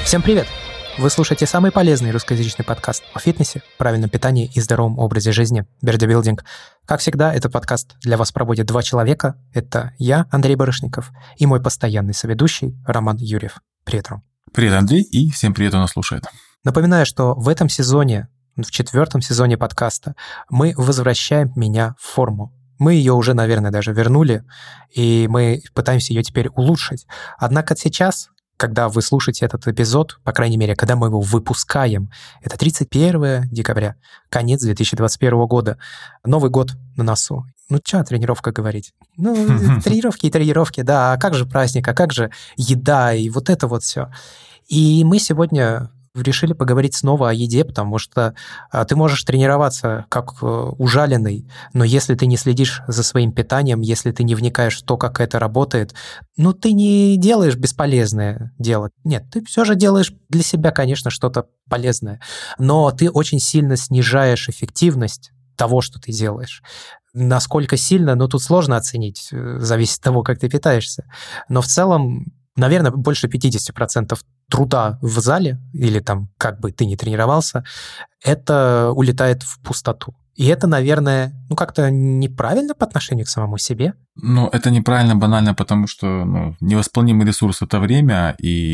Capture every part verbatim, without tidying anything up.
Всем привет! Вы слушаете самый полезный русскоязычный подкаст о фитнесе, правильном питании и здоровом образе жизни «Бердибилдинг». Как всегда, этот подкаст для вас проводят два человека. Это я, Андрей Барышников, и мой постоянный соведущий Роман Юрьев. Привет, Ром. Привет, Андрей, и всем привет, кто нас слушает. Напоминаю, что в этом сезоне, в четвертом сезоне подкаста, мы возвращаем меня в форму. Мы ее уже, наверное, даже вернули, и мы пытаемся ее теперь улучшить. Однако сейчас, когда вы слушаете этот эпизод, по крайней мере, когда мы его выпускаем, это тридцать первое декабря, конец две тысячи двадцать первого года, Новый год на носу. Ну, что о тренировках говорить? Ну, тренировки и тренировки, да, а как же праздник, а как же еда и вот это вот все. И мы сегодня решили поговорить снова о еде, потому что а, ты можешь тренироваться как а, ужаленный, но если ты не следишь за своим питанием, если ты не вникаешь в то, как это работает, ну, ты не делаешь бесполезное дело. Нет, ты все же делаешь для себя, конечно, что-то полезное, но ты очень сильно снижаешь эффективность того, что ты делаешь. Насколько сильно, ну, тут сложно оценить, зависит от того, как ты питаешься. Но в целом, наверное, больше пятьдесят процентов труда в зале, или там как бы ты ни тренировался, это улетает в пустоту. И это, наверное, ну как-то неправильно по отношению к самому себе. Ну, это неправильно, банально, потому что ну, невосполнимый ресурс – это время,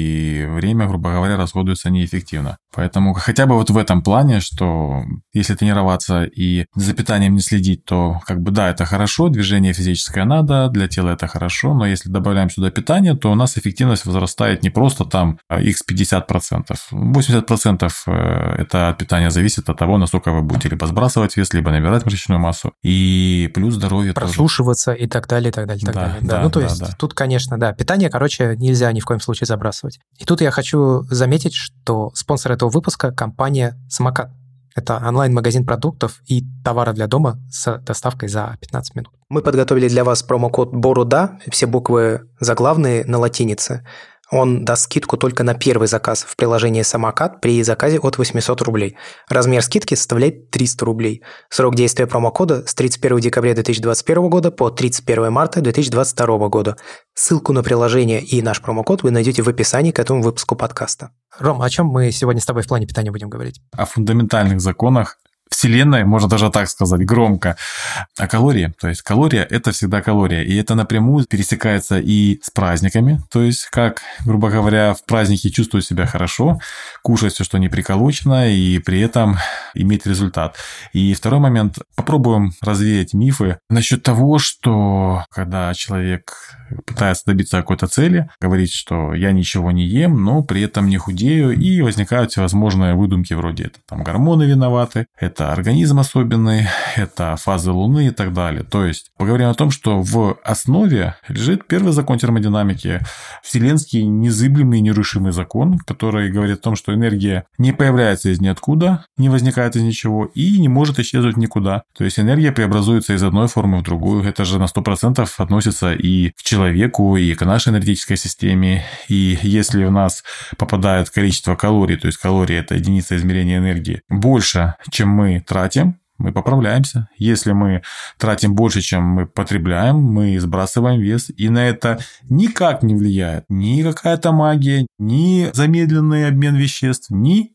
и время, грубо говоря, расходуется неэффективно. Поэтому хотя бы вот в этом плане, что если тренироваться и за питанием не следить, то как бы да, это хорошо, движение физическое надо, для тела это хорошо, но если добавляем сюда питание, то у нас эффективность возрастает не просто там икс пятьдесят процентов. восемьдесят процентов это от питания зависит от того, насколько вы будете либо сбрасывать вес, либо набирать мышечную массу. И плюс здоровье прослушиваться тоже. и так далее, и так далее, и так да, далее. Да, да. Ну, то да, есть да. тут, конечно, да, питание, короче, нельзя ни в коем случае забрасывать. И тут я хочу заметить, что спонсор этого выпуска – компания «Самокат». Это онлайн-магазин продуктов и товара для дома с доставкой за пятнадцать минут. Мы подготовили для вас промокод БОРУДА, все буквы заглавные на латинице. Он даст скидку только на первый заказ в приложении «Самокат» при заказе от восемьсот рублей. Размер скидки составляет триста рублей. Срок действия промокода с тридцать первого декабря две тысячи двадцать первого года по тридцать первого марта две тысячи двадцать второго года. Ссылку на приложение и наш промокод вы найдете в описании к этому выпуску подкаста. Ром, о чем мы сегодня с тобой в плане питания будем говорить? О фундаментальных законах Вселенной, можно даже так сказать, громко, о калории. То есть калория – это всегда калория. И это напрямую пересекается и с праздниками. То есть как, грубо говоря, в празднике чувствовать себя хорошо, кушать все, что не приколочено, и при этом иметь результат. И второй момент. Попробуем развеять мифы насчет того, что когда человек пытается добиться какой-то цели, говорит, что я ничего не ем, но при этом не худею, и возникают всевозможные выдумки вроде это там гормоны виноваты, это организм особенный, это фазы Луны и так далее. То есть поговорим о том, что в основе лежит первый закон термодинамики, вселенский незыблемый нерушимый закон, который говорит о том, что энергия не появляется из ниоткуда, не возникает из ничего и не может исчезнуть никуда. То есть энергия преобразуется из одной формы в другую. Это же на сто процентов относится и к человеку, и к нашей энергетической системе. И если в нас попадает количество калорий, то есть калории – это единица измерения энергии, больше, чем мы тратим, мы поправляемся. Если мы тратим больше, чем мы потребляем, мы сбрасываем вес. И на это никак не влияет ни какая-то магия, ни замедленный обмен веществ,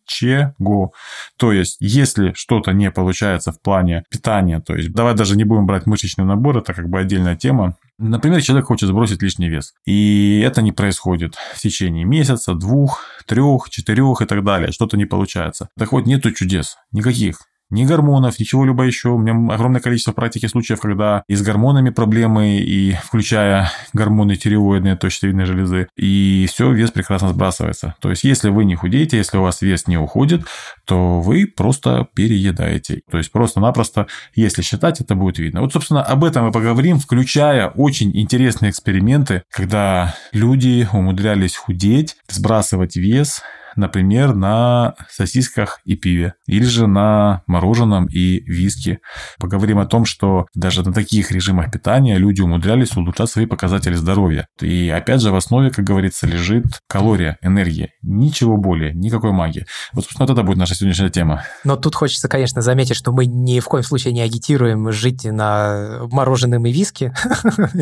ничего. То есть, если что-то не получается в плане питания, то есть, давай даже не будем брать мышечный набор, это как бы отдельная тема. Например, человек хочет сбросить лишний вес, и это не происходит в течение месяца, двух, трех, четырех и так далее. Что-то не получается. Так вот, нету чудес никаких. Ни гормонов, ничего либо еще. У меня огромное количество практики случаев, когда и с гормонами проблемы, и включая гормоны тиреоидные, то есть щитовидной железы, и все, вес прекрасно сбрасывается. То есть, если вы не худеете, если у вас вес не уходит, то вы просто переедаете. То есть, просто-напросто, если считать, это будет видно. Вот, собственно, об этом мы поговорим, включая очень интересные эксперименты, когда люди умудрялись худеть, сбрасывать вес, например, на сосисках и пиве, или же на мороженом и виске. Поговорим о том, что даже на таких режимах питания люди умудрялись улучшать свои показатели здоровья. И опять же в основе, как говорится, лежит калория, энергия. Ничего более, никакой магии. Вот, собственно, вот это будет наша сегодняшняя тема. Но тут хочется, конечно, заметить, что мы ни в коем случае не агитируем жить на мороженом и виске.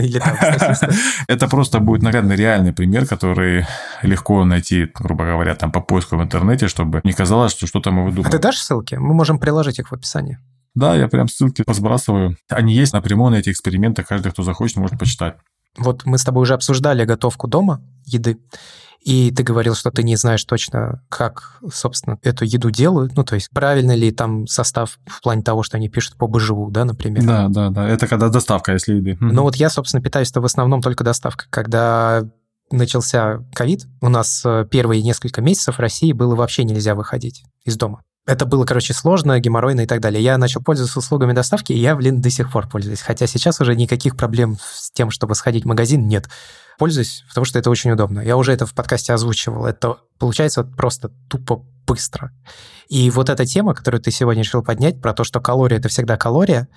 Это просто будет наглядный реальный пример, который легко найти, грубо говоря, там по поиску в интернете, чтобы не казалось, что что-то мы выдумываем. А ты дашь ссылки? Мы можем приложить их в описании. Да, я прям ссылки посбрасываю. Они есть напрямую на эти эксперименты, каждый, кто захочет, может почитать. Вот мы с тобой уже обсуждали готовку дома, еды, и ты говорил, что ты не знаешь точно, как, собственно, эту еду делают, ну, то есть правильно ли там состав в плане того, что они пишут по БЖУ, да, например? Да, да, да, это когда доставка, если еды. Ну, вот я, собственно, питаюсь-то в основном только доставкой. Когда начался ковид, у нас первые несколько месяцев в России было вообще нельзя выходить из дома. Это было, короче, сложно, геморройно и так далее. Я начал пользоваться услугами доставки, и я, блин, до сих пор пользуюсь. Хотя сейчас уже никаких проблем с тем, чтобы сходить в магазин, нет. Пользуюсь, потому что это очень удобно. Я уже это в подкасте озвучивал. Это получается просто тупо быстро. И вот эта тема, которую ты сегодня решил поднять, про то, что калория – это всегда калория,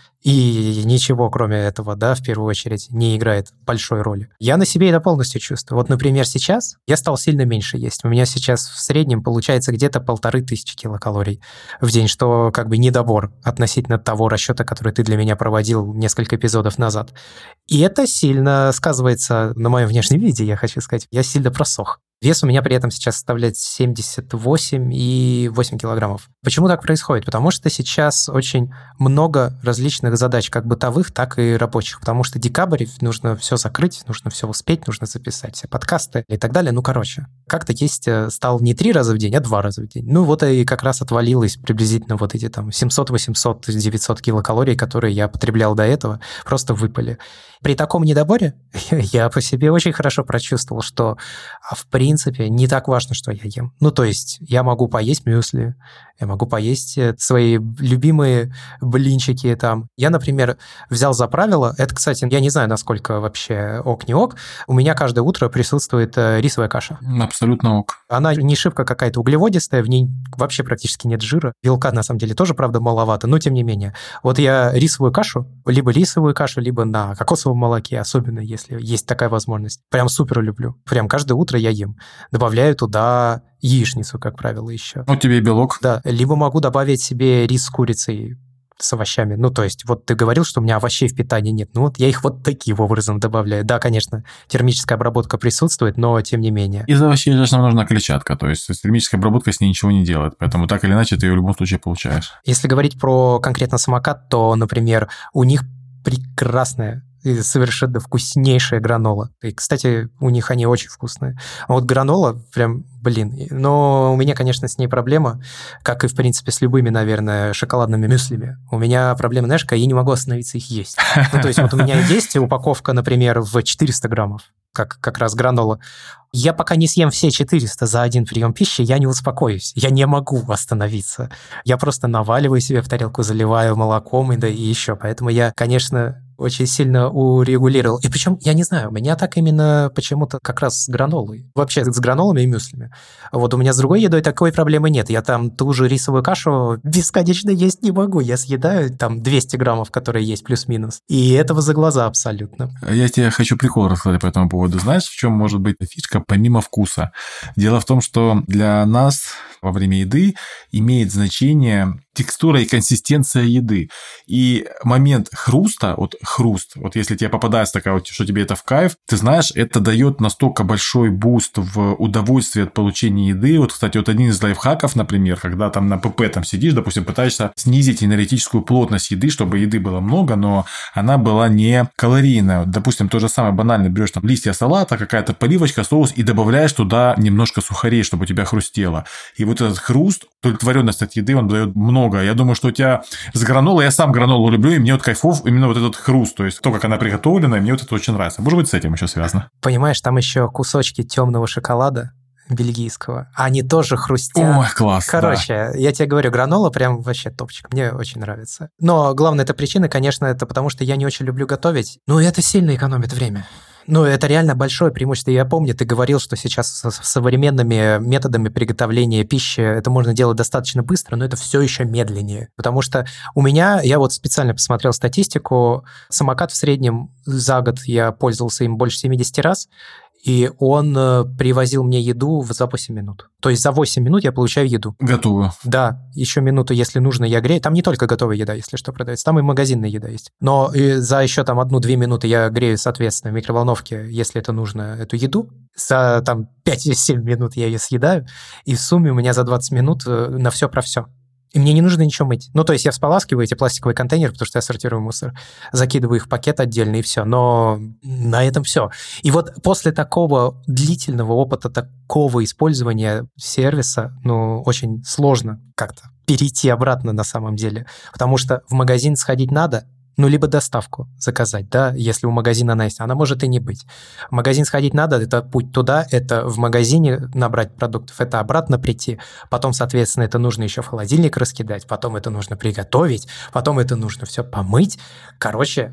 и ничего, кроме этого, да, в первую очередь, не играет большой роли. Я на себе это полностью чувствую. Вот, например, сейчас я стал сильно меньше есть. У меня сейчас в среднем получается где-то полторы тысячи килокалорий в день, что как бы недобор относительно того расчета, который ты для меня проводил несколько эпизодов назад. И это сильно сказывается на моем внешнем виде, я хочу сказать. Я сильно просох. Вес у меня при этом сейчас составляет семьдесят восемь и восемь килограммов. Почему так происходит? Потому что сейчас очень много различных задач, как бытовых, так и рабочих. Потому что декабрь, нужно все закрыть, нужно все успеть, нужно записать все подкасты и так далее. Ну, короче, как-то есть стал не три раза в день, а два раза в день. Ну, вот и как раз отвалилось приблизительно вот эти там семьсот, восемьсот, девятьсот килокалорий, которые я потреблял до этого, просто выпали. При таком недоборе я по себе очень хорошо прочувствовал, что в принципе не так важно, что я ем. Ну, то есть я могу поесть мюсли, я могу поесть свои любимые блинчики там. Я, например, взял за правило, это, кстати, я не знаю, насколько вообще ок не ок, у меня каждое утро присутствует рисовая каша. Абсолютно ок. Она не шибко какая-то углеводистая, в ней вообще практически нет жира. Белка, на самом деле, тоже, правда, маловато, но тем не менее. Вот я рисовую кашу, либо рисовую кашу, либо на кокосовом молоке, особенно если есть такая возможность. Прям супер люблю. Прям каждое утро я ем. Добавляю туда яичницу, как правило, еще. Ну, тебе и белок. Да, либо могу добавить себе рис с курицей, с овощами. Ну, то есть, вот ты говорил, что у меня овощей в питании нет. Ну, вот я их вот таким образом добавляю. Да, конечно, термическая обработка присутствует, но тем не менее. Из овощей же нам нужна клетчатка, то есть термическая обработка с ней ничего не делает, поэтому так или иначе ты ее в любом случае получаешь. Если говорить про конкретно самокат, то, например, у них прекрасная и совершенно вкуснейшая гранола. И, кстати, у них они очень вкусные. А вот гранола прям, блин. Но у меня, конечно, с ней проблема, как и, в принципе, с любыми, наверное, шоколадными мюслями. У меня проблема, знаешь, я не могу остановиться их есть. Ну, то есть вот у меня есть упаковка, например, в четыреста граммов, как, как раз гранола. Я пока не съем все четыреста за один прием пищи, я не успокоюсь. Я не могу остановиться. Я просто наваливаю себе в тарелку, заливаю молоком и да и еще. Поэтому я, конечно, очень сильно урегулировал. И причем, я не знаю, у меня так именно почему-то как раз с гранолой. Вообще с гранолами и мюслями. Вот у меня с другой едой такой проблемы нет. Я там ту же рисовую кашу бесконечно есть не могу. Я съедаю там двести граммов, которые есть, плюс-минус. И этого за глаза абсолютно. Я тебе хочу прикол рассказать по этому поводу. Знаешь, в чем может быть фишка помимо вкуса? Дело в том, что для нас во время еды имеет значение текстура и консистенция еды. И момент хруста, вот хруст, вот если тебе попадается такая вот, что тебе это в кайф, ты знаешь, это дает настолько большой буст в удовольствие от получения еды. Вот, кстати, вот один из лайфхаков, например, когда там на ПП там сидишь, допустим, пытаешься снизить энергетическую плотность еды, чтобы еды было много, но она была не калорийная. Допустим, то же самое банально, берешь там листья салата, какая-то поливочка, соус и добавляешь туда немножко сухарей, чтобы у тебя хрустело. И вот этот хруст, удовлетворенность от еды, он дает много. Я думаю, что у тебя с гранолой, я сам гранолу люблю, и мне вот кайфов именно вот этот хруст, то есть то, как она приготовлена, и мне вот это очень нравится. Может быть, с этим еще связано. Понимаешь, там еще кусочки темного шоколада бельгийского, они тоже хрустят. Ой, класс. Короче, да. я тебе говорю, гранола прям вообще топчик. Мне очень нравится. Но главная эта причина, конечно, это потому, что я не очень люблю готовить. Ну, это сильно экономит время. Ну, это реально большое преимущество. Я помню, ты говорил, что сейчас с современными методами приготовления пищи это можно делать достаточно быстро, но это все еще медленнее. Потому что у меня, я вот специально посмотрел статистику, самокат в среднем за год я пользовался им больше семьдесят раз, и он привозил мне еду за восемь минут. То есть за восемь минут я получаю еду. Готовую. Да, еще минуту, если нужно, я грею. Там не только готовая еда, если что, продается, там и магазинная еда есть. Но и за еще там одну-две минуты я грею, соответственно, в микроволновке, если это нужно, эту еду. За там пять-семь минут я ее съедаю, и в сумме у меня за двадцать минут на все про все. И мне не нужно ничего мыть. Ну, то есть я всполаскиваю эти пластиковые контейнеры, потому что я сортирую мусор, закидываю их в пакет отдельно, и все. Но на этом все. И вот после такого длительного опыта, такого использования сервиса, ну, очень сложно как-то перейти обратно на самом деле. Потому что в магазин сходить надо, ну, либо доставку заказать, да, если у магазина она есть, она может и не быть. В магазин сходить надо, это путь туда, это в магазине набрать продуктов, это обратно прийти, потом, соответственно, это нужно еще в холодильник раскидать, потом это нужно приготовить, потом это нужно все помыть. Короче,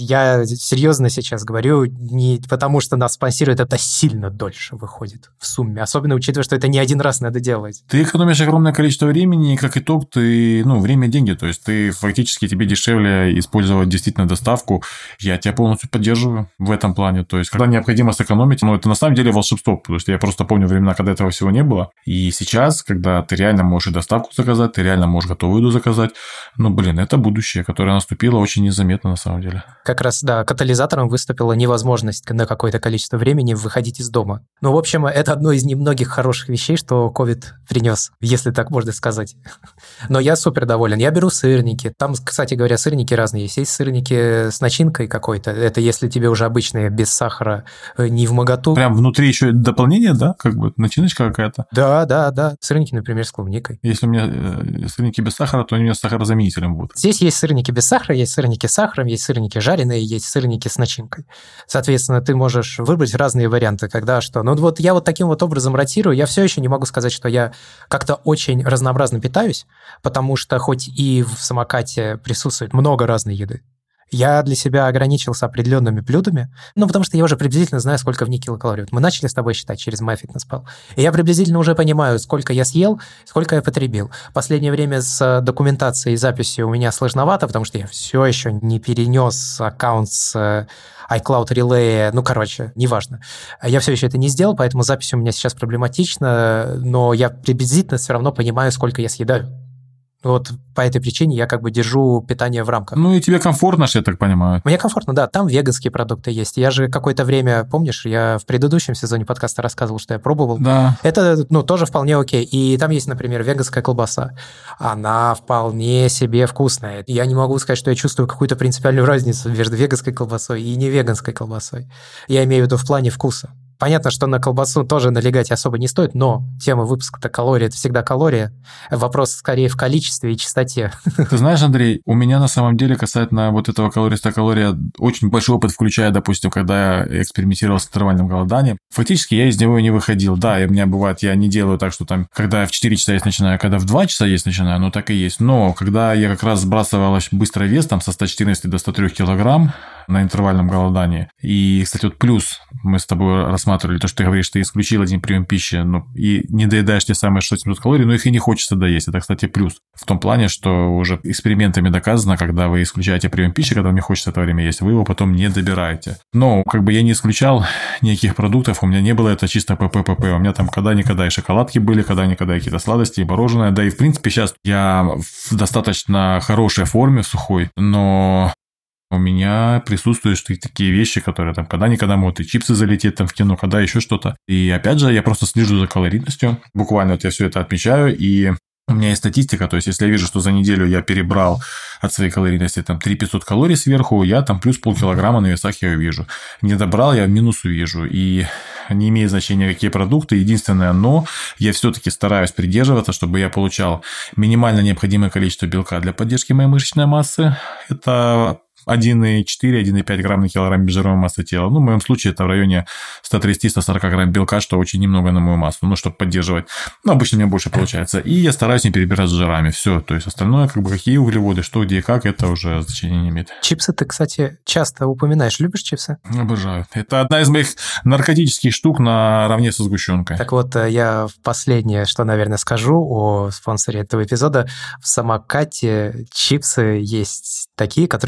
я серьезно сейчас говорю, не потому что нас спонсирует, это сильно дольше выходит в сумме, особенно учитывая, что это не один раз надо делать. Ты экономишь огромное количество времени, и как итог, ты, ну, время – деньги, то есть ты фактически, тебе дешевле использовать действительно доставку. Я тебя полностью поддерживаю в этом плане, то есть когда необходимо сэкономить, ну, это на самом деле волшебство, потому что я просто помню времена, когда этого всего не было, и сейчас, когда ты реально можешь и доставку заказать, ты реально можешь готовую еду заказать, ну, блин, это будущее, которое наступило очень незаметно на самом деле. Как раз, да, катализатором выступила невозможность на какое-то количество времени выходить из дома. Ну, в общем, это одно из немногих хороших вещей, что ковид принес, если так можно сказать. Но я супер доволен. Я беру сырники. Там, кстати говоря, сырники разные есть. Есть сырники с начинкой какой-то. Это если тебе уже обычные, без сахара, не вмоготу. Прям внутри еще дополнение, да? Как бы начиночка какая-то? Да, да, да. Сырники, например, с клубникой. Если у меня сырники без сахара, то они у меня с сахарозаменителем будут. Здесь есть сырники без сахара, есть сырники с сахаром, есть сырники жареные, есть сырники с начинкой. Соответственно, ты можешь выбрать разные варианты, когда что. Ну вот я вот таким вот образом ротирую. Я все еще не могу сказать, что я как-то очень разнообразно питаюсь, потому что хоть и в самокате присутствует много разной еды, я для себя ограничился определенными блюдами, ну, потому что я уже приблизительно знаю, сколько в них килокалорий. Мы начали с тобой считать через MyFitnessPal. И я приблизительно уже понимаю, сколько я съел, сколько я потребил. Последнее время с документацией и записью у меня сложновато, потому что я все еще не перенес аккаунт с iCloud Relay, ну, короче, неважно. Я все еще это не сделал, поэтому запись у меня сейчас проблематична, но я приблизительно все равно понимаю, сколько я съедаю. Вот по этой причине я как бы держу питание в рамках. Ну и тебе комфортно, я так понимаю. Мне комфортно, да. Там веганские продукты есть. Я же какое-то время, помнишь, я в предыдущем сезоне подкаста рассказывал, что я пробовал. Да. Это, ну, тоже вполне окей. И там есть, например, веганская колбаса. Она вполне себе вкусная. Я не могу сказать, что я чувствую какую-то принципиальную разницу между веганской колбасой и невеганской колбасой. Я имею в виду в плане вкуса. Понятно, что на колбасу тоже налегать особо не стоит, но тема выпуска-то калории – это всегда калория. Вопрос скорее в количестве и частоте. Ты знаешь, Андрей, у меня на самом деле касательно вот этого калорий-ста-калория очень большой опыт, включая, допустим, когда я экспериментировал с интервальным голоданием. Фактически я из него и не выходил. Да, и у меня бывает, я не делаю так, что там, когда я в четыре часа есть начинаю, когда в два часа есть начинаю, ну так и есть. Но когда я как раз сбрасывал быстро вес, там со ста четырнадцати до ста трёх килограмм, на интервальном голодании. И, кстати, вот плюс мы с тобой рассматривали то, что ты говоришь, ты исключил один прием пищи, ну, и не доедаешь те самые шестьсот семьсот калорий, но их и не хочется доесть. Это, кстати, плюс. В том плане, что уже экспериментами доказано, когда вы исключаете прием пищи, когда вам не хочется это время есть, вы его потом не добираете. Но, как бы я не исключал никаких продуктов, у меня не было это чисто ПП-ПП. У меня там когда-никогда и шоколадки были, когда-никогда и какие-то сладости, и мороженое. Да и, в принципе, сейчас я в достаточно хорошей форме, в сухой, но у меня присутствуют такие вещи, которые там когда-никогда могут и чипсы залететь там в кино, когда еще что-то. И опять же, я просто слежу за калорийностью. Буквально вот я все это отмечаю, и у меня есть статистика, то есть если я вижу, что за неделю я перебрал от своей калорийности там три тысячи пятьсот калорий сверху, я там плюс полкилограмма на весах я увижу. Не добрал, я минус увижу. И не имеет значения, какие продукты. Единственное, но я все-таки стараюсь придерживаться, чтобы я получал минимально необходимое количество белка для поддержки моей мышечной массы. Это один и четыре - один и пять грамм на килограмм жировой массы тела. Ну, в моем случае это в районе сто тридцать - сто сорок грамм белка, что очень немного на мою массу, ну, чтобы поддерживать. Ну, обычно у меня больше получается. И я стараюсь не перебирать с жирами. Все. То есть остальное, как бы, какие углеводы, что, где и как, это уже значения не имеет. Чипсы ты, кстати, часто упоминаешь. Любишь чипсы? Обожаю. Это одна из моих наркотических штук наравне со сгущенкой. Так вот, я последнее, что, наверное, скажу о спонсоре этого эпизода. В самокате чипсы есть такие, которые ты, скорее всего,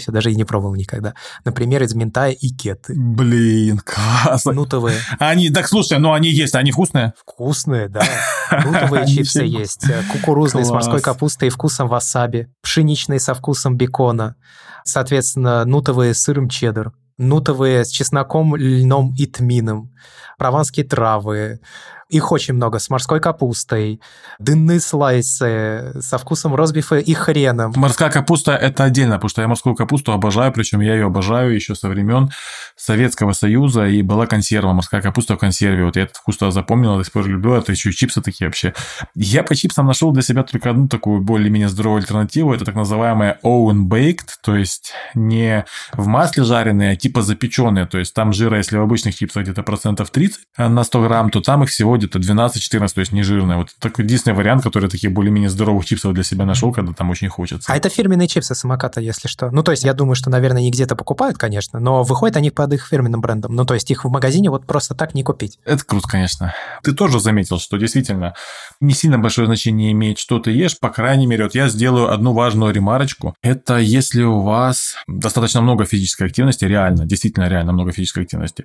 всего даже и не пробовал никогда. Например, из минтая и кеты. Блин, классно. Нутовые. Они, так слушай, ну они есть, они вкусные? Вкусные, да. Нутовые чипсы есть. Кукурузные с морской капустой и вкусом васаби. Пшеничные со вкусом бекона. Соответственно, нутовые с сыром чеддер. Нутовые с чесноком, льном и тмином. Прованские травы. Их очень много, с морской капустой, дынные слайсы со вкусом ростбифа и хреном. Морская капуста – это отдельно, потому что я морскую капусту обожаю, причем я ее обожаю еще со времен Советского Союза, и была консерва, морская капуста в консерве. Вот я этот вкус запомнил, до сих пор люблю, это еще и чипсы такие вообще. Я по чипсам нашел для себя только одну такую более-менее здоровую альтернативу, это так называемая oven baked, то есть не в масле жареные, а типа запеченные, то есть там жира, если в обычных чипсах где-то процентов тридцать на сто грамм, то там их всего где-то двенадцать-четырнадцать, то есть не жирная. Вот такой единственный вариант, который я таких более-менее здоровых чипсов для себя нашел, когда там очень хочется. А это фирменные чипсы самоката, если что. Ну, то есть я думаю, что, наверное, они где-то покупают, конечно, но выходят они под их фирменным брендом. Ну, то есть их в магазине вот просто так не купить. Это круто, конечно. Ты тоже заметил, что действительно не сильно большое значение имеет, что ты ешь. По крайней мере, вот я сделаю одну важную ремарочку. Это если у вас достаточно много физической активности, реально, действительно реально много физической активности,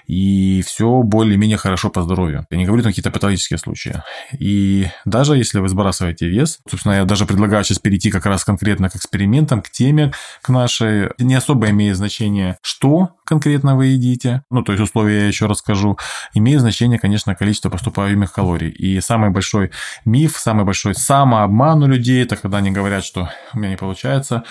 и все более-менее хорошо по здоровью. Я не говорю там какие-то патологические случаи. И даже если вы сбрасываете вес, собственно, я даже предлагаю сейчас перейти как раз конкретно к экспериментам, к теме, к нашей. Не особо имеет значение, что конкретно вы едите. Ну, то есть условия я еще расскажу. Имеет значение, конечно, количество поступаемых калорий. И самый большой миф, самый большой самообман у людей, это когда они говорят, что у меня не получается,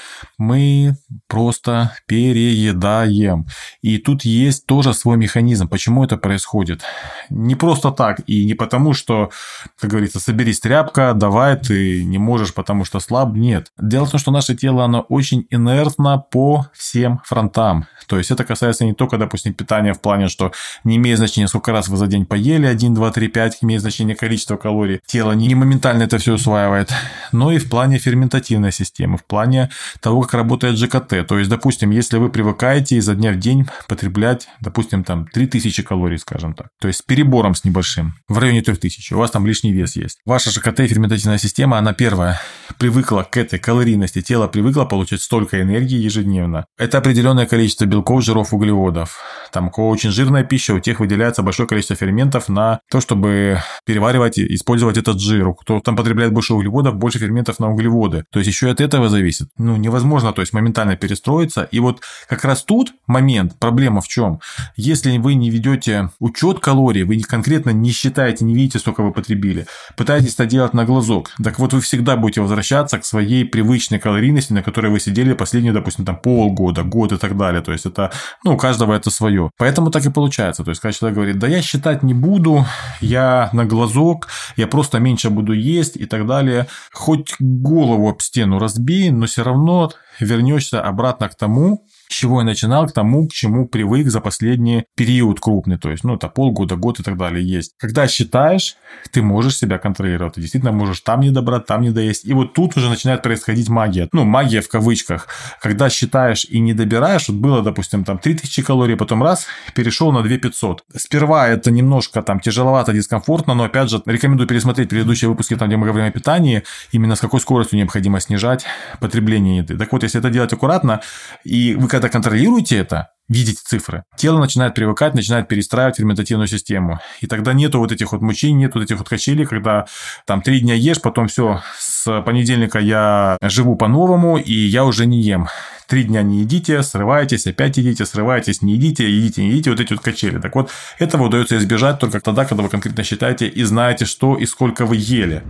мы просто переедаем. И тут есть тоже свой механизм. Почему это происходит? Не просто так, и не потому, что, как говорится, соберись тряпка, давай, ты не можешь, потому что слаб. Нет. Дело в том, что наше тело, оно очень инертно по всем фронтам. То есть это касается не только, допустим, питания в плане, что не имеет значения, сколько раз вы за день поели, один, два, три, пять, имеет значение количество калорий. Тело не моментально это все усваивает, но и в плане ферментативной системы, в плане того, как работает ЖКТ. То есть, допустим, если вы привыкаете изо дня в день потреблять, допустим, там три тысячи калорий, скажем так, то есть с перебором с небольшим, в районе трех тысяч, у вас там лишний вес есть. Ваша ЖКТ и ферментативная система, она первая, привыкла к этой калорийности, тело привыкло получать столько энергии ежедневно. Это определенное количество белков, жиров, углеводов. Там, у кого очень жирная пища, у тех выделяется большое количество ферментов на то, чтобы переваривать и использовать этот жир. Кто там потребляет больше углеводов, больше ферментов на углеводы. То есть еще от этого зависит. Ну, невозможно, то есть моментально перестроиться. И вот как раз тут момент, проблема в чем? Если вы не ведете учет калорий, вы конкретно не считаете, не видите, сколько вы потребили, пытаетесь это делать на глазок, так вот вы всегда будете возвращаться к своей привычной калорийности, на которой вы сидели последние, допустим, там полгода, год и так далее. То есть это, ну, у каждого это свое. Поэтому так и получается. То есть, когда человек говорит, да я считать не буду, я на глазок, я просто меньше буду есть и так далее. Хоть голову об стену разбей, но все равно вернешься обратно к тому, с чего я начинал, к тому, к чему привык за последний период крупный, то есть, ну, это полгода, год и так далее есть. Когда считаешь, ты можешь себя контролировать, ты действительно можешь там не добрать, там не доесть, и вот тут уже начинает происходить магия, ну, магия в кавычках, когда считаешь и не добираешь, вот было, допустим, там три тысячи калорий, потом раз, перешел на две тысячи пятьсот. Сперва это немножко там тяжеловато, дискомфортно, но, опять же, рекомендую пересмотреть предыдущие выпуски, там, где мы говорим о питании, именно с какой скоростью необходимо снижать потребление еды. Так вот, если это делать аккуратно, и вы когда контролируете это, видите цифры, тело начинает привыкать, начинает перестраивать ферментативную систему. И тогда нету вот этих вот мучений, нету вот этих вот качелей, когда там три дня ешь, потом все, с понедельника я живу по-новому, и я уже не ем. Три дня не едите, срываетесь, опять едите, срываетесь, не едите, едите, не едите, вот эти вот качели. Так вот, этого удается избежать только тогда, когда вы конкретно считаете и знаете, что и сколько вы ели.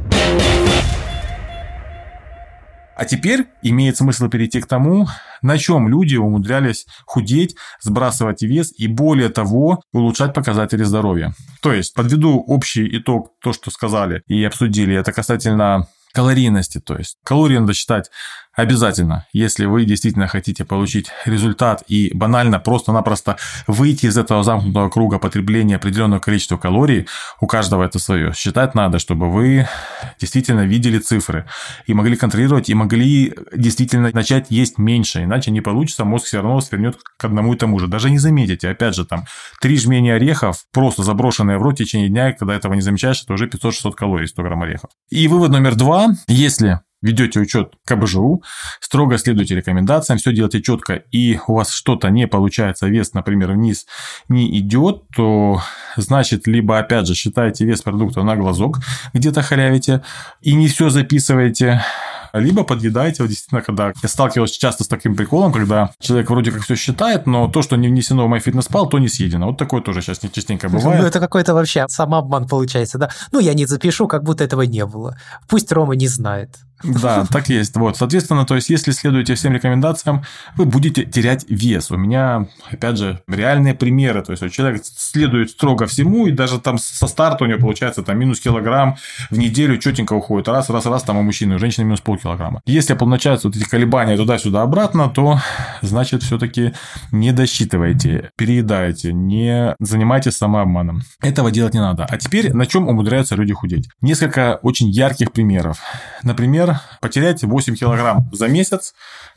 А теперь имеет смысл перейти к тому, на чем люди умудрялись худеть, сбрасывать вес и, более того, улучшать показатели здоровья. То есть, подведу общий итог, то, что сказали и обсудили, это касательно калорийности. То есть, калории надо считать обязательно, если вы действительно хотите получить результат и банально просто-напросто выйти из этого замкнутого круга потребления определенного количества калорий, у каждого это свое. Считать надо, чтобы вы действительно видели цифры и могли контролировать, и могли действительно начать есть меньше, иначе не получится, мозг все равно свернет к одному и тому же. Даже не заметите, опять же, там, три жмения орехов, просто заброшенные в рот в течение дня, и когда этого не замечаешь, это уже пятьсот-шестьсот калорий, сто грамм орехов. И вывод номер два, если ведете учет ка бэ жэ у, строго следуете рекомендациям, все делаете четко, и у вас что-то не получается, вес, например, вниз не идет, то значит, либо, опять же, считаете вес продукта на глазок, где-то халявите, и не все записываете, либо подъедаете, вот действительно, когда я сталкивался часто с таким приколом, когда человек вроде как все считает, но то, что не внесено в MyFitnessPal, то не съедено. Вот такое тоже сейчас частенько бывает. Ну, это какой-то вообще самообман получается, да? Ну, я не запишу, как будто этого не было. Пусть Рома не знает. Да, так есть. Вот, соответственно, то есть, если следуете всем рекомендациям, вы будете терять вес. У меня, опять же, реальные примеры. То есть, человек следует строго всему, и даже там со старта у него получается там минус килограмм в неделю четенько уходит. Раз, раз, раз, там у мужчины, у женщины минус полкилограмма. Если получаются вот эти колебания туда-сюда обратно, то значит, все-таки не досчитываете, переедаете, не занимайтесь самообманом. Этого делать не надо. А теперь на чем умудряются люди худеть? Несколько очень ярких примеров. Например, потерять восемь килограмм за месяц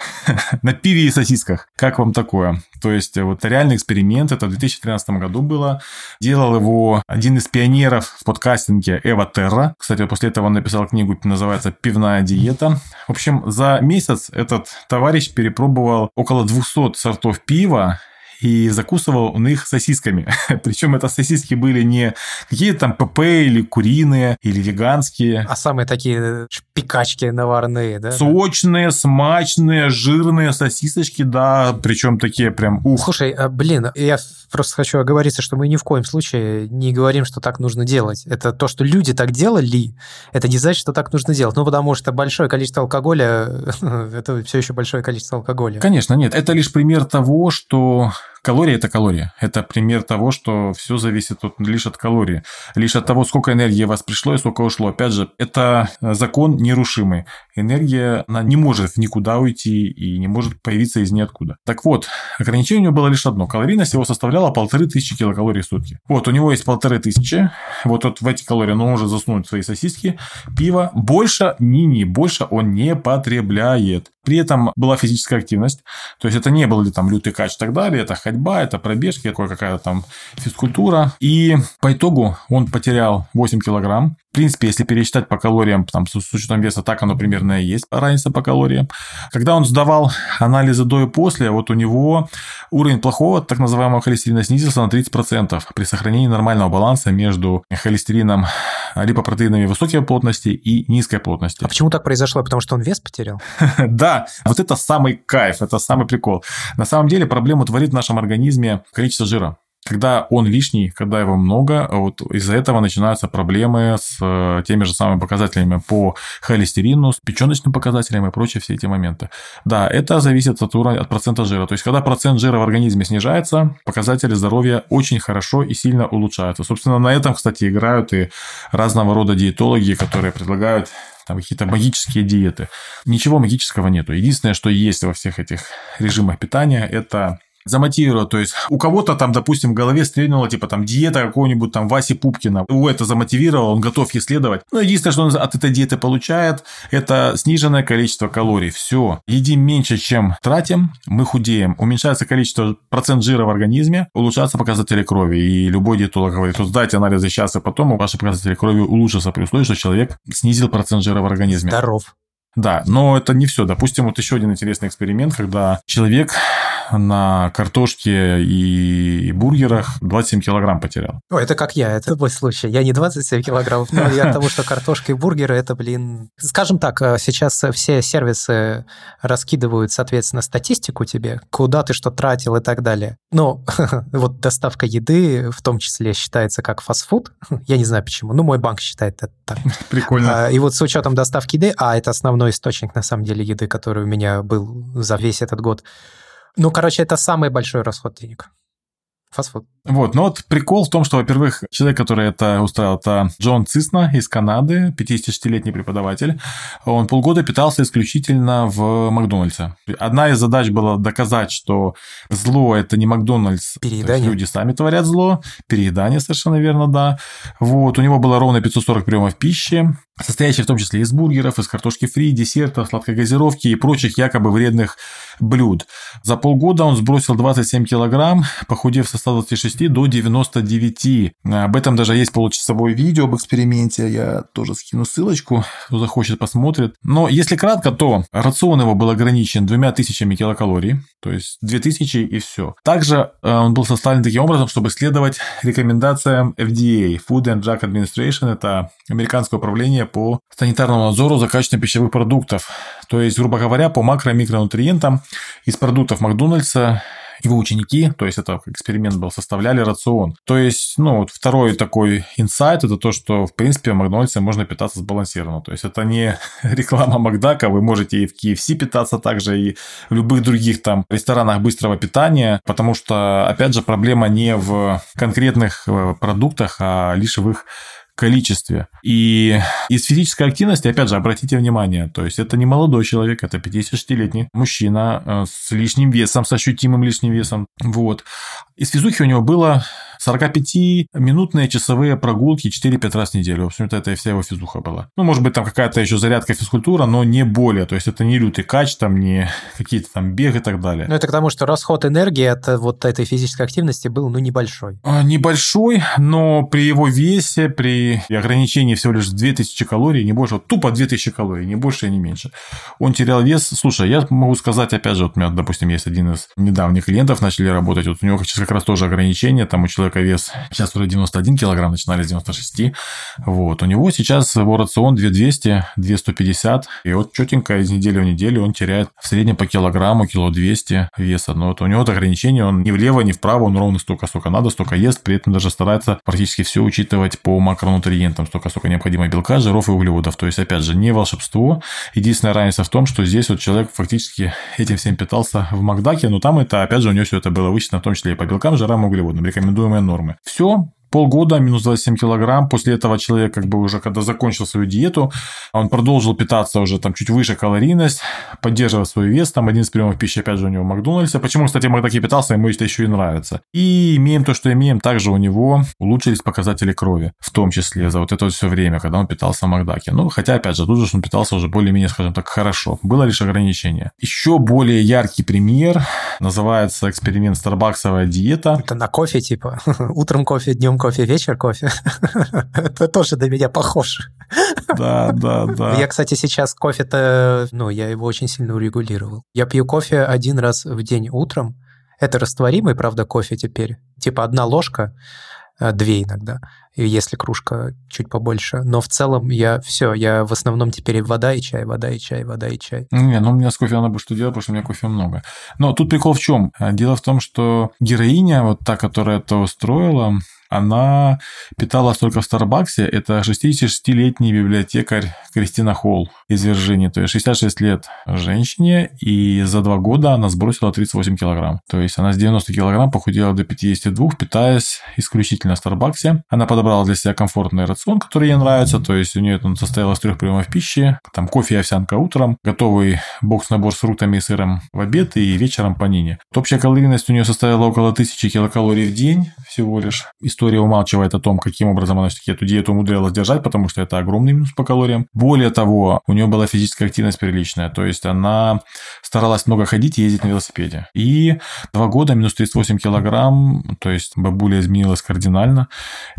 на пиве и сосисках. Как вам такое? То есть, вот реальный эксперимент, это в две тысячи тринадцатом году было. Делал его один из пионеров в подкастинге Эва Терра. Кстати, после этого он написал книгу, называется «Пивная диета». В общем, за месяц этот товарищ перепробовал около двухсот сортов пива, и закусывал он их сосисками. Причем это сосиски были не какие-то там ПП или куриные, или веганские. А самые такие шпикачки наварные, да? Сочные, смачные, жирные сосисочки, да, причем такие прям ух. Слушай, блин, я просто хочу оговориться, что мы ни в коем случае не говорим, что так нужно делать. Это то, что люди так делали, это не значит, что так нужно делать. Ну, потому что большое количество алкоголя, это все еще большое количество алкоголя. Конечно, нет. Это лишь пример того, что калория – это калория. Это пример того, что все зависит от, лишь от калории. Лишь от того, сколько энергии у вас пришло и сколько ушло. Опять же, это закон нерушимый. Энергия, она не может никуда уйти и не может появиться из ниоткуда. Так вот, ограничение у него было лишь одно. Калорийность его составляла полторы тысячи килокалорий в сутки. Вот, у него есть полторы тысячи. Вот, вот в эти калории он может засунуть свои сосиски, пиво. Больше ни-ни, больше он не потребляет. При этом была физическая активность. То есть, это не был ли там лютый кач и так далее. Это ходьба, это пробежки, какая-то там физкультура. И по итогу он потерял восемь килограмм. В принципе, если пересчитать по калориям, там, с учетом веса, так оно примерно и есть, разница по калориям. Когда он сдавал анализы до и после, вот у него уровень плохого, так называемого холестерина, снизился на тридцать процентов при сохранении нормального баланса между холестерином, липопротеинами высокой плотности и низкой плотности. А почему так произошло? Потому что он вес потерял? Да, вот это самый кайф, это самый прикол. На самом деле проблему творит в нашем организме количество жира. Когда он лишний, когда его много, вот из-за этого начинаются проблемы с теми же самыми показателями по холестерину, с печёночным показателем и прочие все эти моменты. Да, это зависит от уровня, от процента жира. То есть, когда процент жира в организме снижается, показатели здоровья очень хорошо и сильно улучшаются. Собственно, на этом, кстати, играют и разного рода диетологи, которые предлагают там какие-то магические диеты. Ничего магического нету. Единственное, что есть во всех этих режимах питания, это замотивировать, то есть у кого-то там, допустим, в голове стрельнула, типа там диета какого-нибудь там Васи Пупкина, его это замотивировало, он готов ей следовать. Но единственное, что он от этой диеты получает, это сниженное количество калорий. Все. Едим меньше, чем тратим, мы худеем. Уменьшается количество процент жира в организме, улучшаются показатели крови. И любой диетолог говорит, вот сдайте анализы сейчас и потом, ваши показатели крови улучшатся при условии, что человек снизил процент жира в организме. Здоров. Да, но это не все. Допустим, вот еще один интересный эксперимент, когда человек на картошке и бургерах двадцать семь килограмм потерял. О, это как я, это мой случай. Я не двадцать семь килограммов, но я от того, что картошка и бургеры, это, блин... Скажем так, сейчас все сервисы раскидывают, соответственно, статистику тебе, куда ты что тратил и так далее. Но вот доставка еды в том числе считается как фастфуд. Я не знаю почему, ну, мой банк считает это так. Прикольно. И вот с учетом доставки еды, а это основной источник, на самом деле, еды, который у меня был за весь этот год. Ну, короче, это самый большой расход денег. Фастфуд. Вот, но вот прикол в том, что, во-первых, человек, который это устраивал, это Джон Цисна из Канады, пятидесятишестилетний преподаватель. Он полгода питался исключительно в Макдональдсе. Одна из задач была доказать, что зло – это не Макдональдс. Переедание. Люди сами творят зло. Переедание, совершенно верно, да. Вот, у него было ровно пятьсот сорок приемов пищи, состоящих в том числе из бургеров, из картошки фри, десертов, сладкой газировки и прочих якобы вредных блюд. За полгода он сбросил двадцать семь килограмм, похудев со ста двадцати шести до девяноста девяти. Об этом даже есть получасовое видео об эксперименте. Я тоже скину ссылочку, кто захочет, посмотрит. Но если кратко, то рацион его был ограничен двумя тысячами килокалорий, то есть две тысячи и все. Также он был составлен таким образом, чтобы следовать рекомендациям эф ди эй, Food and Drug Administration, это американское управление по санитарному надзору за качеством пищевых продуктов. То есть, грубо говоря, по макро- и микронутриентам из продуктов Макдональдса его ученики, то есть это эксперимент был, составляли рацион. То есть, ну, вот второй такой инсайт, это то, что, в принципе, в Макдональдсе можно питаться сбалансированно. То есть, это не реклама Макдака, вы можете и в кей эф си питаться, также и в любых других там ресторанах быстрого питания, потому что, опять же, проблема не в конкретных продуктах, а лишь в их количестве. И из физической активности, опять же, обратите внимание, то есть это не молодой человек, это пятидесятишестилетний мужчина с лишним весом, с ощутимым лишним весом. Вот. Из физухи у него было сорокапятиминутные часовые прогулки четыре-пять раз в неделю. В общем-то, это и вся его физуха была. Ну, может быть, там какая-то еще зарядка физкультура, но не более. То есть, это не лютый кач, там, не какие-то там бег и так далее. Ну, это к тому, что расход энергии от вот этой физической активности был, ну, небольшой. Небольшой, но при его весе, при ограничении всего лишь две тысячи калорий, не больше, вот тупо две тысячи калорий, не больше и не меньше. Он терял вес. Слушай, я могу сказать, опять же, вот у меня, допустим, есть один из недавних клиентов, начали работать, вот у него сейчас как раз тоже ограничение, там у человека вес сейчас уже девяносто один килограмм, начинали с девяноста шести. Вот. У него сейчас его рацион две тысячи двести - две тысячи сто пятьдесят. И вот четенько из недели в неделю он теряет в среднем по килограмму, кило двести веса. Но вот у него это ограничение, он ни влево, ни вправо, он ровно столько, сколько надо, столько ест, при этом даже старается практически все учитывать по макронутриентам, столько, сколько необходимо белка, жиров и углеводов. То есть, опять же, не волшебство. Единственная разница в том, что здесь вот человек фактически этим всем питался в Макдаке, но там это, опять же, у него все это было вычислено, в том числе и по белкам, жирам и углеводам, рекомендуемые нормы. Все. Полгода, минус двадцать семь килограмм. После этого человек, как бы уже, когда закончил свою диету, он продолжил питаться уже там чуть выше калорийность, поддерживать свой вес. Там одиннадцать приемов пищи, опять же, у него в Макдональдсе. Почему, кстати, в Макдаке питался, ему это еще и нравится. И имеем то, что имеем. Также у него улучшились показатели крови, в том числе за вот это вот все время, когда он питался в Макдаке. Ну, хотя, опять же, тут же он питался уже более-менее, скажем так, хорошо. Было лишь ограничение. Еще более яркий пример называется эксперимент «Старбаксовая диета». Это на кофе, типа? Утром кофе, днем кофе, вечер кофе. Это тоже на меня похоже. Да, да, да. Я, кстати, сейчас кофе-то, ну, я его очень сильно урегулировал. Я пью кофе один раз в день утром. Это растворимый, правда, кофе теперь. Типа одна ложка, две иногда, если кружка чуть побольше. Но в целом я все, я в основном теперь вода и чай, вода и чай, вода и чай. Не, ну у меня с кофе надо будет что делать, потому что у меня кофе много. Но тут прикол в чем? Дело в том, что героиня, вот та, которая это устроила, она питалась только в Старбаксе. Это шестидесятишестилетний библиотекарь Кристина Холл из Вирджинии. То есть шестьдесят шесть лет женщине, и за два года она сбросила тридцать восемь килограмм. То есть она с девяноста килограмм похудела до пятидесяти двух, питаясь исключительно в Старбаксе. Она подобрала для себя комфортный рацион, который ей нравится. То есть у нее он состоял из трех приемов пищи. Там кофе и овсянка утром, готовый бокс-набор с фруктами и сыром в обед и вечером панини. Общая калорийность у нее составила около тысячи килокалорий в день всего лишь. История умалчивает о том, каким образом она все-таки эту диету умудрялась держать, потому что это огромный минус по калориям. Более того, у нее была физическая активность приличная, то есть она старалась много ходить и ездить на велосипеде. И два года минус тридцать восемь килограмм, то есть бабуля изменилась кардинально.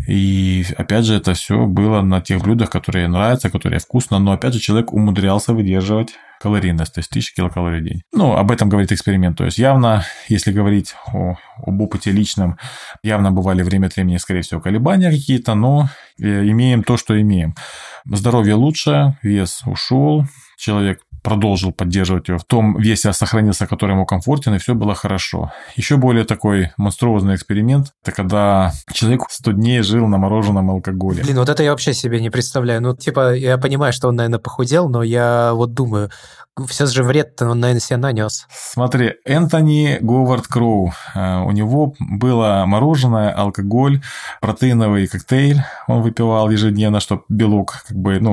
И опять же, это все было на тех блюдах, которые ей нравятся, которые вкусно, но опять же человек умудрялся выдерживать калорийность, то есть тысяча килокалорий в день. Ну, об этом говорит эксперимент. То есть явно, если говорить о, об опыте личном, явно бывали время от времени, скорее всего, колебания какие-то, но имеем то, что имеем. Здоровье лучше, вес ушел, человек продолжил поддерживать его в том весе, сохранился, который ему комфортен, и все было хорошо. Еще более такой монструозный эксперимент, это когда человек сто дней жил на мороженом алкоголе. Блин, вот это я вообще себе не представляю. Ну, типа, я понимаю, что он, наверное, похудел, но я вот думаю, все же вред-то он, наверное, себе нанес. Смотри, Энтони Говард Кроу, у него было мороженое, алкоголь, протеиновый коктейль он выпивал ежедневно, чтобы белок, как бы, ну,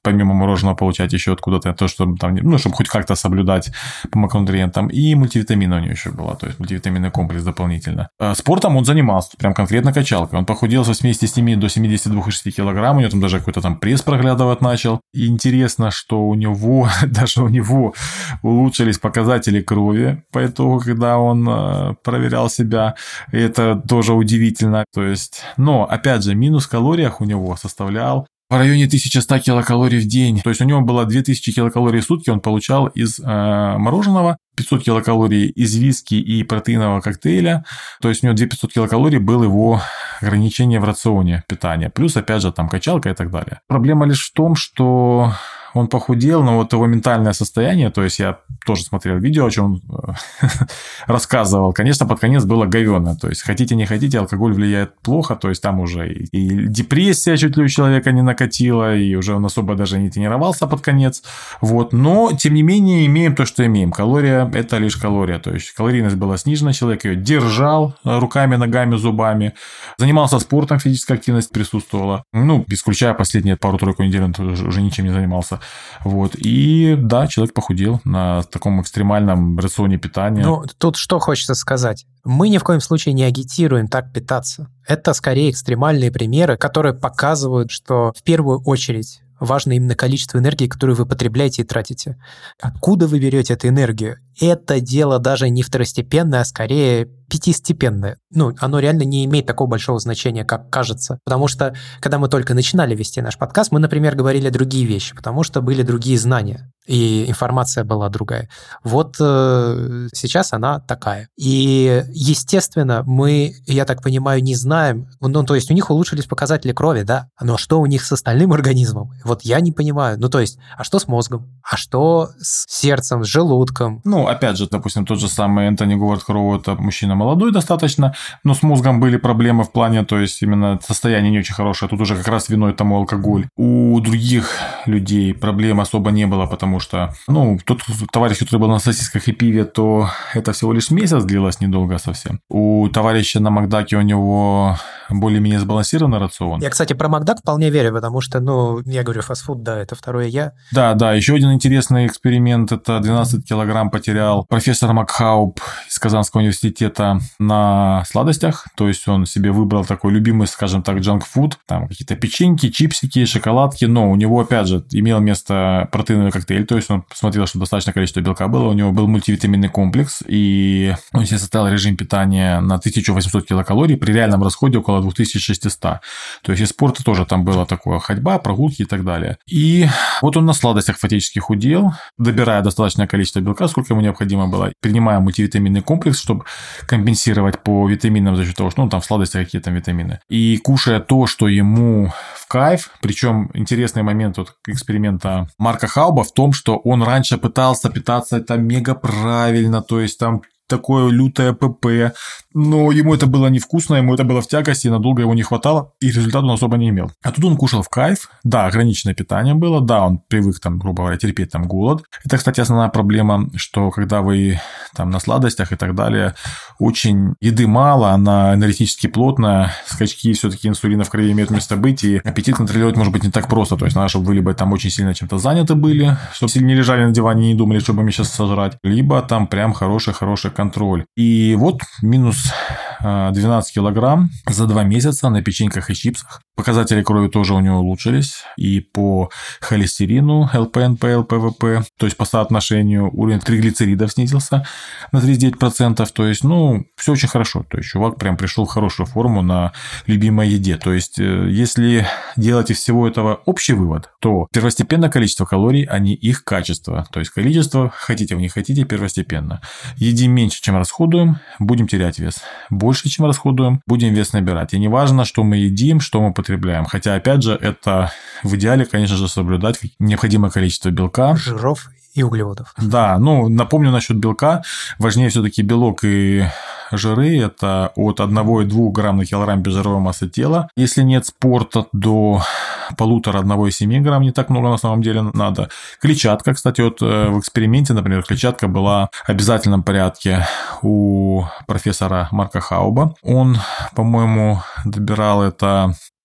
помимо мороженого получать еще откуда-то то, чтобы там, ну, чтобы хоть как-то соблюдать по макронутриентам. И мультивитамины у нее еще было, то есть мультивитаминный комплекс дополнительно. Спортом он занимался, прям конкретно качалкой. Он похудел с восьмидесяти семи до семидесяти двух и шести килограмм, у него там даже какой-то там пресс проглядывать начал. И интересно, что у него, даже у него улучшились показатели крови по итогу, когда он проверял себя. И это тоже удивительно. То есть, но, опять же, минус в калориях у него составлял в районе тысячи ста килокалорий в день. То есть у него было две тысячи килокалорий в сутки он получал из э, мороженого, пятьсот килокалорий из виски и протеинового коктейля. То есть у него две тысячи пятьсот килокалорий был его ограничение в рационе питания. Плюс, опять же, там качалка и так далее. Проблема лишь в том, что он похудел, но вот его ментальное состояние, то есть я тоже смотрел видео, о чем он рассказывал, конечно, под конец было говёно. То есть хотите, не хотите, алкоголь влияет плохо, то есть там уже и, и депрессия чуть ли у человека не накатила, и уже он особо даже не тренировался под конец. Вот. Но, тем не менее, имеем то, что имеем. Калория – это лишь калория. То есть калорийность была снижена, человек ее держал руками, ногами, зубами, занимался спортом, физическая активность присутствовала. Ну, исключая последние пару-тройку недель, он уже ничем не занимался. Вот. И да, человек похудел на таком экстремальном рационе питания. Ну, тут что хочется сказать. Мы ни в коем случае не агитируем так питаться. Это скорее экстремальные примеры, которые показывают, что в первую очередь важно именно количество энергии, которую вы потребляете и тратите. Откуда вы берете эту энергию? Это дело даже не второстепенное, а скорее пятистепенное. Ну, оно реально не имеет такого большого значения, как кажется. Потому что, когда мы только начинали вести наш подкаст, мы, например, говорили другие вещи, потому что были другие знания, и информация была другая. Вот э, сейчас она такая. И, естественно, мы, я так понимаю, не знаем, ну, то есть у них улучшились показатели крови, да, но что у них с остальным организмом? Вот я не понимаю. Ну, то есть, а что с мозгом? А что с сердцем, с желудком? Ну, опять же, допустим, тот же самый Энтони Говард Кроу, это мужчина молодой достаточно, но с мозгом были проблемы в плане, то есть именно состояние не очень хорошее, тут уже как раз виной тому алкоголь. У других людей проблем особо не было, потому что, ну, тот товарищ, который был на сосисках и пиве, то это всего лишь месяц длилось, недолго совсем. У товарища на Макдаке у него более-менее сбалансированный рацион. Я, кстати, про Макдак вполне верю, потому что, ну, я говорю, фастфуд, да, это второе я. Да, да, еще один интересный эксперимент, это двенадцать килограмм потерял профессор Макхауб из Казанского университета на сладостях, то есть он себе выбрал такой любимый, скажем так, джанк-фуд, там какие-то печеньки, чипсики, шоколадки, но у него, опять же, имел место протеиновый коктейль, то есть он посмотрел, что достаточно количество белка было, у него был мультивитаминный комплекс, и он себе составил режим питания на тысячу восемьсот килокалорий при реальном расходе около две тысячи шестьсот. То есть из спорта тоже там было такое ходьба, прогулки и так далее. И вот он на сладостях фактически худел, добирая достаточное количество белка, сколько ему необходимо было, принимая мультивитаминный комплекс, чтобы компенсировать по витаминам за счет того, что ну, там в сладостях какие там витамины. И кушая то, что ему в кайф, причем интересный момент вот эксперимента Марка Хауба в том, что он раньше пытался питаться там мега правильно, то есть там такое лютое ПП, но ему это было невкусно, ему это было в тягости, и надолго его не хватало, и результата он особо не имел. А тут он кушал в кайф, да, ограниченное питание было, да, он привык, там, грубо говоря, терпеть там голод. Это, кстати, основная проблема, что когда вы там на сладостях и так далее, очень еды мало, она энергетически плотная, скачки все-таки инсулина в крови имеют место быть, и аппетит контролировать может быть не так просто, то есть надо, чтобы вы либо там очень сильно чем-то заняты были, чтобы сильно не лежали на диване и не думали, чтобы мне сейчас сожрать, либо там прям хороший-хороший контроль. И вот минус двенадцать килограмм за два месяца на печеньках и чипсах. Показатели крови тоже у него улучшились. И по холестерину эл пэ эн пэ, эл пэ вэ пэ, то есть по соотношению уровень триглицеридов снизился на тридцать девять процентов. То есть, ну, все очень хорошо. То есть, чувак прям пришел в хорошую форму на любимой еде. То есть, если делать из всего этого общий вывод, то первостепенное количество калорий, а не их качество. То есть, количество, хотите вы не хотите, первостепенно. Едим меньше, чем расходуем, будем терять вес. Больше, чем расходуем, будем вес набирать. И не важно, что мы едим, что мы потребляем. Хотя, опять же, это в идеале, конечно же, соблюдать необходимое количество белка, жиров и углеводов. Да, ну, напомню насчет белка. Важнее все-таки белок и жиры. Это от одного и двух грамм на килограмм безжировой массы тела. Если нет спорта, до полутора-одного и семи грамм, не так много на самом деле надо. Клетчатка, кстати, вот в эксперименте, например, клетчатка была в обязательном порядке у профессора Марка Хауба. Он, по-моему, добирал это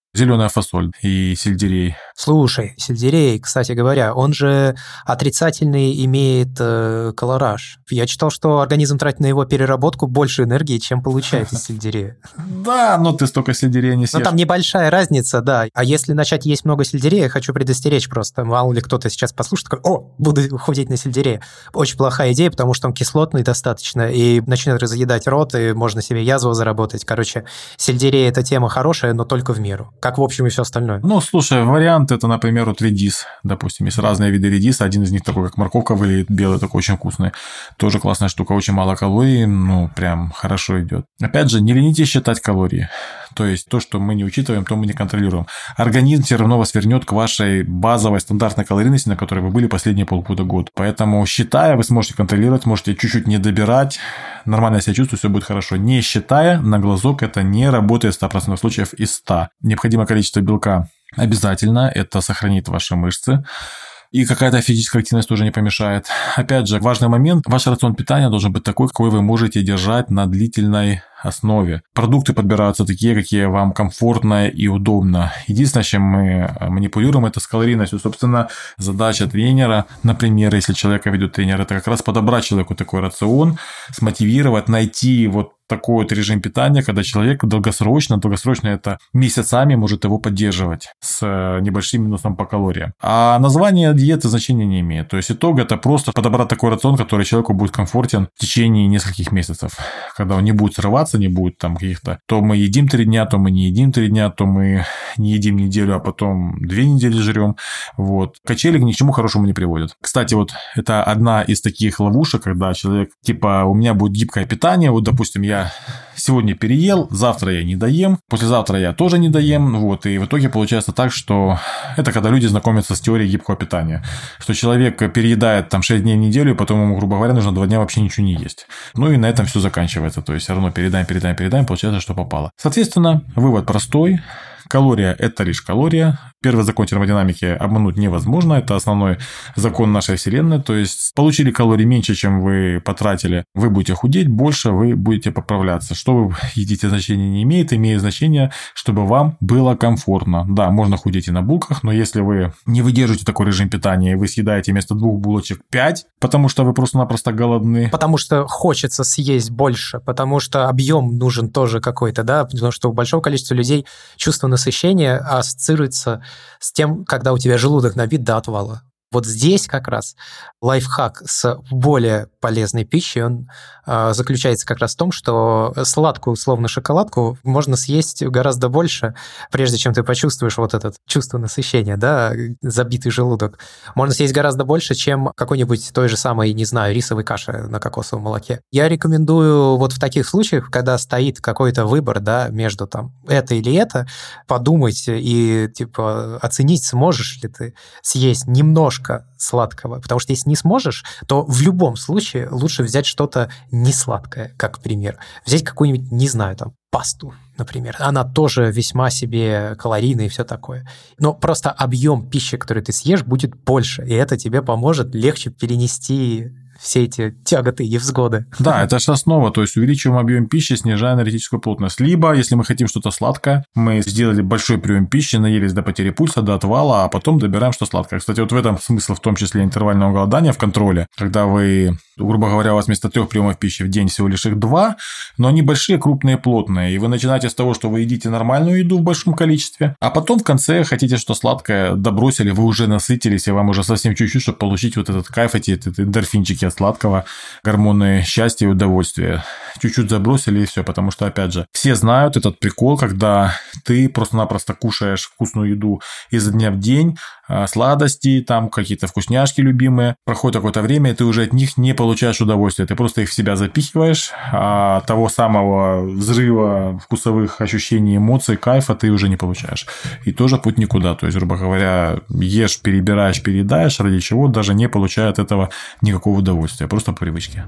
Зеленая фасоль и сельдерей. Слушай, сельдерей, кстати говоря, он же отрицательный имеет э, колораж. Я читал, что организм тратит на его переработку больше энергии, чем получает из сельдерея. Да, но ты столько сельдерея не съешь. Ну, там небольшая разница, да. А если начать есть много сельдерея, я хочу предостеречь просто. Мало ли кто-то сейчас послушает, такой, о, буду худеть на сельдерее. Очень плохая идея, потому что он кислотный достаточно, и начнет разъедать рот, и можно себе язву заработать. Короче, сельдерей – это тема хорошая, но только в меру. Как, в общем, и все остальное. Ну, слушай, вариант это, например, вот редис. Допустим, есть разные виды редиса. Один из них такой, как морковка вылет, белый, такой очень вкусный. Тоже классная штука, очень мало калорий, ну, прям хорошо идет. Опять же, не ленитесь считать калории. То есть то, что мы не учитываем, то мы не контролируем. Организм все равно вас вернет к вашей базовой стандартной калорийности, на которой вы были последние полгода-год. Поэтому, считая, вы сможете контролировать, можете чуть-чуть не добирать, нормально себя чувствовать, все будет хорошо. Не считая, на глазок это не работает в ста процентах случаев из ста. Необходимое количество белка обязательно, это сохранит ваши мышцы. И какая-то физическая активность тоже не помешает. Опять же, важный момент. Ваш рацион питания должен быть такой, какой вы можете держать на длительной основе. Продукты подбираются такие, какие вам комфортно и удобно. Единственное, чем мы манипулируем, это с калорийностью. Собственно, задача тренера, например, если человека ведет тренер, это как раз подобрать человеку такой рацион, смотивировать, найти вот такой вот режим питания, когда человек долгосрочно, долгосрочно это месяцами может его поддерживать с небольшим минусом по калориям. А название диеты значения не имеет. То есть итог это просто подобрать такой рацион, который человеку будет комфортен в течение нескольких месяцев, когда он не будет срываться, не будет там каких-то, то мы едим три дня, то мы не едим три дня, то мы не едим неделю, а потом две недели жрем. Вот. Качели ни к чему хорошему не приводят. Кстати, вот это одна из таких ловушек, когда человек, типа, у меня будет гибкое питание, вот, допустим, я сегодня переел, завтра я не доем, послезавтра я тоже не доем, вот, и в итоге получается так, что это когда люди знакомятся с теорией гибкого питания, что человек переедает там шесть дней в неделю, и потом ему, грубо говоря, нужно два дня вообще ничего не есть. Ну и на этом все заканчивается, то есть все равно передаем, передаем, передаем, получается, что попало. Соответственно, вывод простой. Калория – это лишь калория. Первый закон термодинамики обмануть невозможно. Это основной закон нашей Вселенной. То есть, получили калорий меньше, чем вы потратили, вы будете худеть, больше вы будете поправляться. Что вы едите, значения не имеет. Имеет значение, чтобы вам было комфортно. Да, можно худеть и на булках, но если вы не выдержите такой режим питания, и вы съедаете вместо двух булочек пять, потому что вы просто-напросто голодны. Потому что хочется съесть больше, потому что объем нужен тоже какой-то, да, потому что у большого количества людей чувство насыщения ассоциируется с тем, когда у тебя желудок набит до отвала. Вот здесь как раз лайфхак с более полезной пищей, он э, заключается как раз в том, что сладкую, условно, шоколадку можно съесть гораздо больше, прежде чем ты почувствуешь вот это чувство насыщения, да, забитый желудок. Можно съесть гораздо больше, чем какой-нибудь той же самой, не знаю, рисовой каши на кокосовом молоке. Я рекомендую вот в таких случаях, когда стоит какой-то выбор, да, между там это или это, подумать и типа оценить, сможешь ли ты съесть немножко сладкого. Потому что если не сможешь, то в любом случае лучше взять что-то несладкое, как пример. Взять какую-нибудь, не знаю, там, пасту, например. Она тоже весьма себе калорийная и все такое. Но просто объем пищи, который ты съешь, будет больше, и это тебе поможет легче перенести все эти тяготы и невзгоды. Да, это же основа, то есть увеличиваем объем пищи, снижая энергетическую плотность. Либо, если мы хотим что-то сладкое, мы сделали большой прием пищи, наелись до потери пульса, до отвала, а потом добираем что сладкое. Кстати, вот в этом смысл, в том числе интервального голодания в контроле, когда вы, грубо говоря, у вас вместо трех приемов пищи в день всего лишь их два, но они большие, крупные, плотные, и вы начинаете с того, что вы едите нормальную еду в большом количестве, а потом в конце хотите что сладкое, добросили, вы уже насытились, и вам уже совсем чуть-чуть, чтобы получить вот этот кайф, эти, эти эндорфинчики от сладкого, гормоны счастья и удовольствия. Чуть-чуть забросили и все, потому что, опять же, все знают этот прикол, когда ты просто-напросто кушаешь вкусную еду изо дня в день, сладости, там какие-то вкусняшки любимые, проходит какое-то время, и ты уже от них не получаешь удовольствия, ты просто их в себя запихиваешь, а того самого взрыва вкусовых ощущений, эмоций, кайфа ты уже не получаешь. И тоже путь никуда, то есть, грубо говоря, ешь, перебираешь, переедаешь, ради чего даже не получая от этого никакого удовольствия, просто по привычке.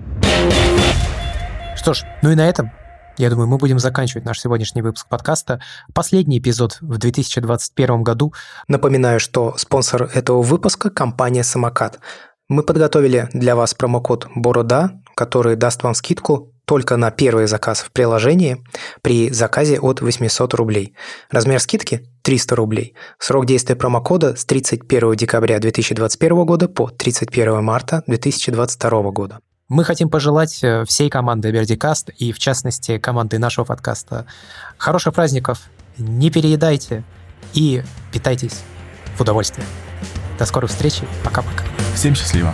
Что ж, ну и на этом, я думаю, мы будем заканчивать наш сегодняшний выпуск подкаста. Последний эпизод в две тысячи двадцать первом году. Напоминаю, что спонсор этого выпуска – компания «Самокат». Мы подготовили для вас промокод «Борода», который даст вам скидку только на первый заказ в приложении при заказе от восемьсот рублей. Размер скидки – триста рублей. Срок действия промокода с тридцать первого декабря две тысячи двадцать первого года по тридцать первого марта две тысячи двадцать второго года. Мы хотим пожелать всей команды Бердикаст и, в частности, команды нашего подкаста хороших праздников, не переедайте и питайтесь в удовольствие. До скорой встречи. Пока-пока. Всем счастливо.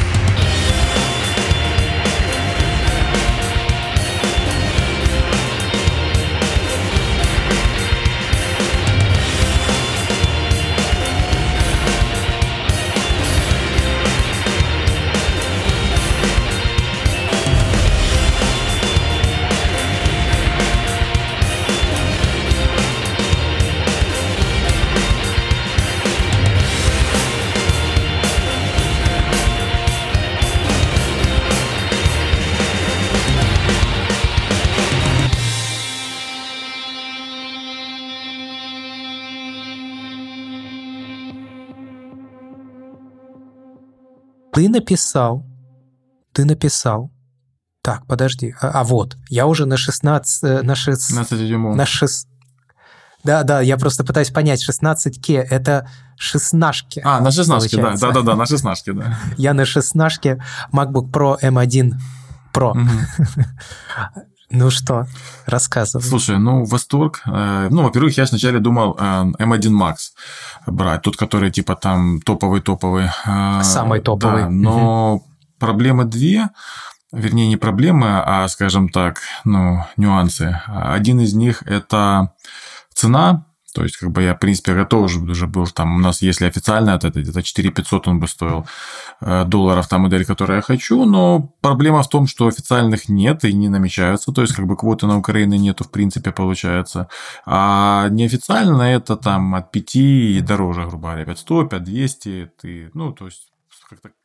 Ты написал, ты написал. Так, подожди. А, а вот, я уже на шестнадцать... На шестнадцать дюймов. На шесть... Да, да, я просто пытаюсь понять, шестнадцать кей это шестнашки. А, на шестнашке, да, да, да, да, на шестнашке, да. Я на шестнашке MacBook Pro эм один Pro. Ну что, рассказывай. Слушай, ну, восторг. Ну, во-первых, я вначале думал эм один Max брать, тот, который типа там топовый-топовый. Самый топовый. Да, но угу. Проблемы две, вернее, не проблемы, а, скажем так, ну, нюансы. Один из них – это цена. То есть, как бы я, в принципе, готов уже был там, у нас, если официально, это где-то четыре тысячи пятьсот он бы стоил долларов, та модель, которую я хочу, но проблема в том, что официальных нет и не намечаются, то есть, как бы квоты на Украину нету, в принципе, получается, а неофициально это там от пяти и дороже, грубо говоря, пять сто, пять двести, ты, ну, то есть, как-то